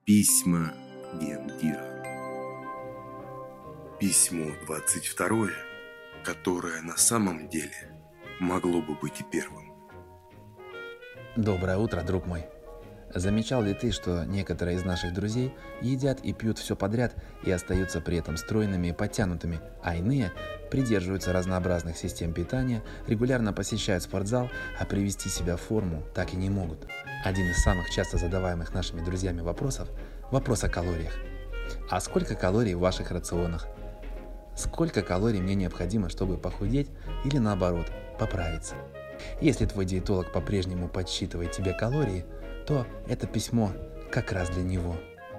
Письма Гендира. Письмо 22, которое на самом деле могло бы быть и первым. Доброе утро, друг мой. Замечал ли ты, что некоторые из наших друзей едят и пьют все подряд и остаются при этом стройными и подтянутыми, а иные придерживаются разнообразных систем питания, регулярно посещают спортзал, а привести себя в форму так и не могут? Один из самых часто задаваемых нашими друзьями вопросов – вопрос о калориях. А сколько калорий в ваших рационах? Сколько калорий мне необходимо, чтобы похудеть или наоборот, поправиться? Если твой диетолог по-прежнему подсчитывает тебе калории, то это письмо как раз для него.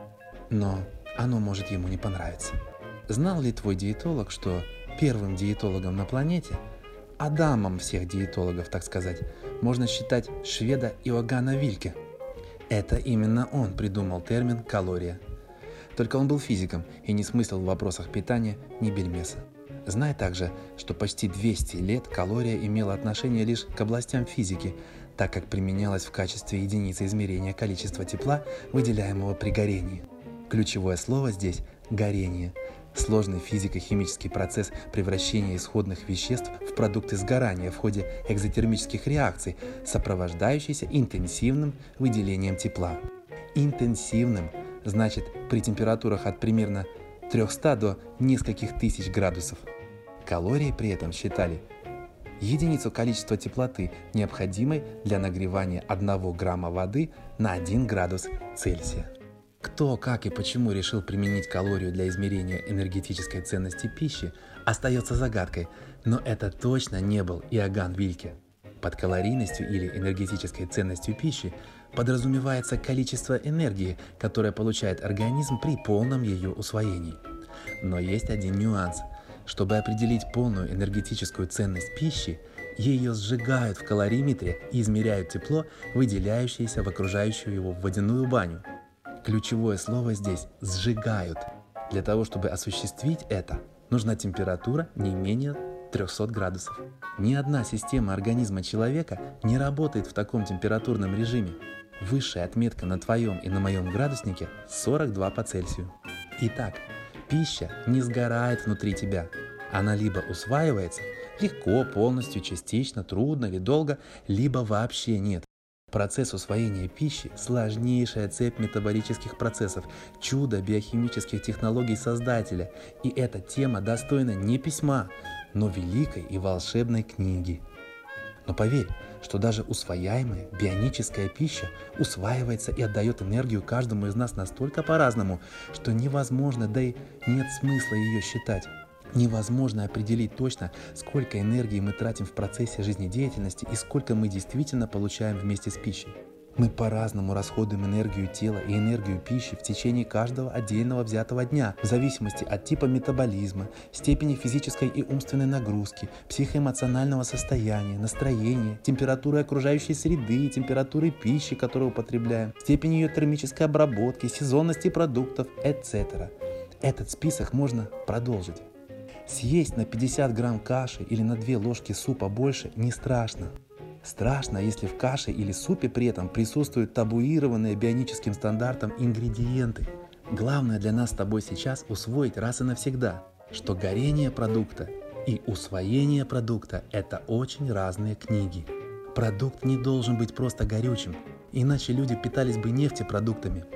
Но оно может ему не понравиться. Знал ли твой диетолог, что первым диетологом на планете, Адамом всех диетологов, так сказать, можно считать шведа Иоганна Вильке? Это именно он придумал термин «калория». Только он был физиком и не смыслил в вопросах питания ни бельмеса. Знай также, что почти 200 лет калория имела отношение лишь к областям физики, так как применялась в качестве единицы измерения количества тепла, выделяемого при горении. Ключевое слово здесь – горение. Сложный физико-химический процесс превращения исходных веществ в продукты сгорания в ходе экзотермических реакций, сопровождающийся интенсивным выделением тепла. Интенсивным значит при температурах от примерно 300 до нескольких тысяч градусов. Калории при этом считали единицу количества теплоты, необходимой для нагревания 1 грамма воды на 1 градус Цельсия. Кто, как и почему решил применить калорию для измерения энергетической ценности пищи, остается загадкой, но это точно не был Иоганн Вильке. Под калорийностью или энергетической ценностью пищи подразумевается количество энергии, которое получает организм при полном ее усвоении. Но есть один нюанс. Чтобы определить полную энергетическую ценность пищи, ее сжигают в калориметре и измеряют тепло, выделяющееся в окружающую его водяную баню. Ключевое слово здесь – «сжигают». Для того, чтобы осуществить это, нужна температура не менее 300 градусов. Ни одна система организма человека не работает в таком температурном режиме. Высшая отметка на твоем и на моем градуснике – 42 по Цельсию. Итак, пища не сгорает внутри тебя. Она либо усваивается легко, полностью, частично, трудно или долго, либо вообще нет. Процесс усвоения пищи – сложнейшая цепь метаболических процессов, чудо биохимических технологий Создателя. И эта тема достойна не письма, но великой и волшебной книги. Но поверь, что даже усвояемая бионическая пища усваивается и отдает энергию каждому из нас настолько по-разному, что невозможно, да и нет смысла ее считать. Невозможно определить точно, сколько энергии мы тратим в процессе жизнедеятельности и сколько мы действительно получаем вместе с пищей. Мы по-разному расходуем энергию тела и энергию пищи в течение каждого отдельного взятого дня, в зависимости от типа метаболизма, степени физической и умственной нагрузки, психоэмоционального состояния, настроения, температуры окружающей среды, температуры пищи, которую употребляем, степени ее термической обработки, сезонности продуктов, etc. Этот список можно продолжить. Съесть на 50 грамм каши или на 2 ложки супа больше не страшно. Страшно, если в каше или супе при этом присутствуют табуированные бионическим стандартом ингредиенты. Главное для нас с тобой сейчас усвоить раз и навсегда, что горение продукта и усвоение продукта – это очень разные книги. Продукт не должен быть просто горючим, иначе люди питались бы нефтепродуктами.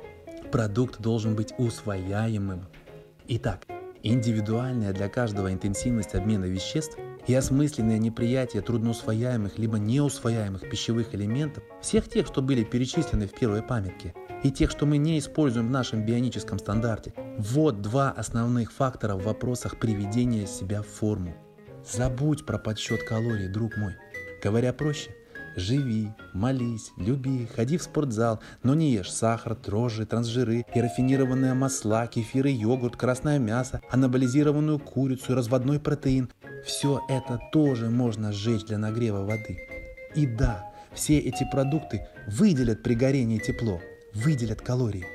Продукт должен быть усвояемым. Итак, индивидуальная для каждого интенсивность обмена веществ и осмысленное неприятие трудноусвояемых либо неусвояемых пищевых элементов, всех тех, что были перечислены в первой памятке, и тех, что мы не используем в нашем бионическом стандарте. Вот два основных фактора в вопросах приведения себя в форму. Забудь про подсчет калорий, друг мой. Говоря проще, живи, молись, люби, ходи в спортзал, но не ешь сахар, дрожжи, трансжиры и рафинированные масла, кефир и йогурт, красное мясо, анаболизированную курицу и разводной протеин. Все это тоже можно сжечь для нагрева воды. И да, все эти продукты выделят при горении тепло, выделят калории.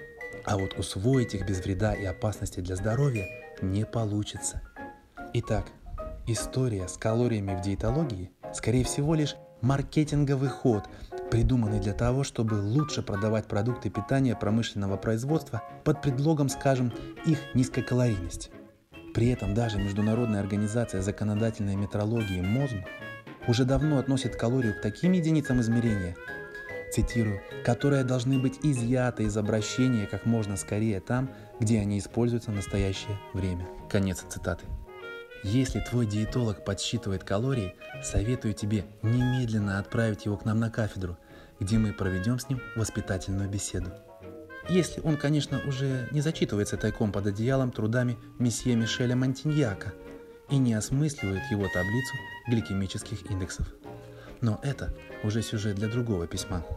А вот усвоить их без вреда и опасности для здоровья не получится. Итак, история с калориями в диетологии, скорее всего, лишь маркетинговый ход, придуманный для того, чтобы лучше продавать продукты питания промышленного производства под предлогом, скажем, их низкой калорийности. При этом даже Международная организация законодательной метрологии МОЗМ уже давно относит калорию к таким единицам измерения, цитирую, которые должны быть изъяты из обращения как можно скорее там, где они используются в настоящее время. Конец цитаты. Если твой диетолог подсчитывает калории, советую тебе немедленно отправить его к нам на кафедру, где мы проведем с ним воспитательную беседу. Если он, конечно, уже не зачитывается тайком под одеялом трудами месье Мишеля Монтиньяка и не осмысливает его таблицу гликемических индексов. Но это уже сюжет для другого письма.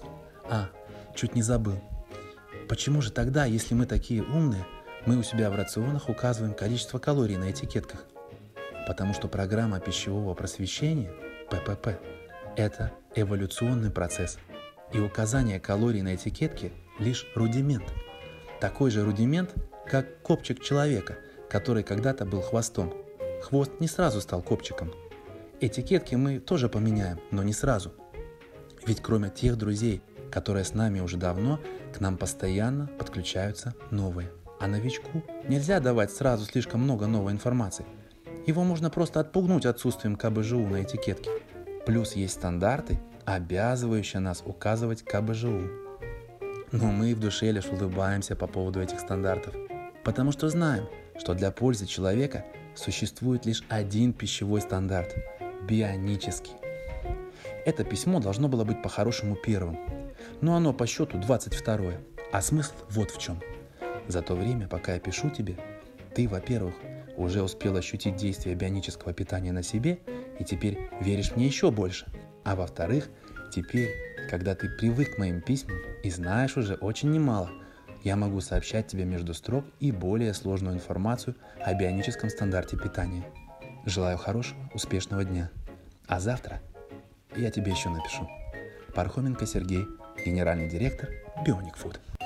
Чуть не забыл. Почему же тогда, если мы такие умные, мы у себя в рационах указываем количество калорий на этикетках? Потому что программа пищевого просвещения, ППП, это эволюционный процесс, и указание калорий на этикетке лишь рудимент. Такой же рудимент, как копчик человека, который когда-то был хвостом. Хвост не сразу стал копчиком. Этикетки мы тоже поменяем, но не сразу. Ведь кроме тех друзей, которые с нами уже давно, к нам постоянно подключаются новые. А новичку нельзя давать сразу слишком много новой информации. Его можно просто отпугнуть отсутствием КБЖУ на этикетке. Плюс есть стандарты, обязывающие нас указывать КБЖУ. Но мы в душе лишь улыбаемся по поводу этих стандартов, потому что знаем, что для пользы человека существует лишь один пищевой стандарт – бионический. Это письмо должно было быть по-хорошему первым, но оно по счету 22-е, а смысл вот в чем. За то время, пока я пишу тебе, ты, во-первых, уже успел ощутить действие бионического питания на себе и теперь веришь мне еще больше, а во-вторых, теперь, когда ты привык к моим письмам и знаешь уже очень немало, я могу сообщать тебе между строк и более сложную информацию о бионическом стандарте питания. Желаю хорошего, успешного дня. А завтра я тебе еще напишу. Пархоменко Сергей, генеральный директор Bionic Food.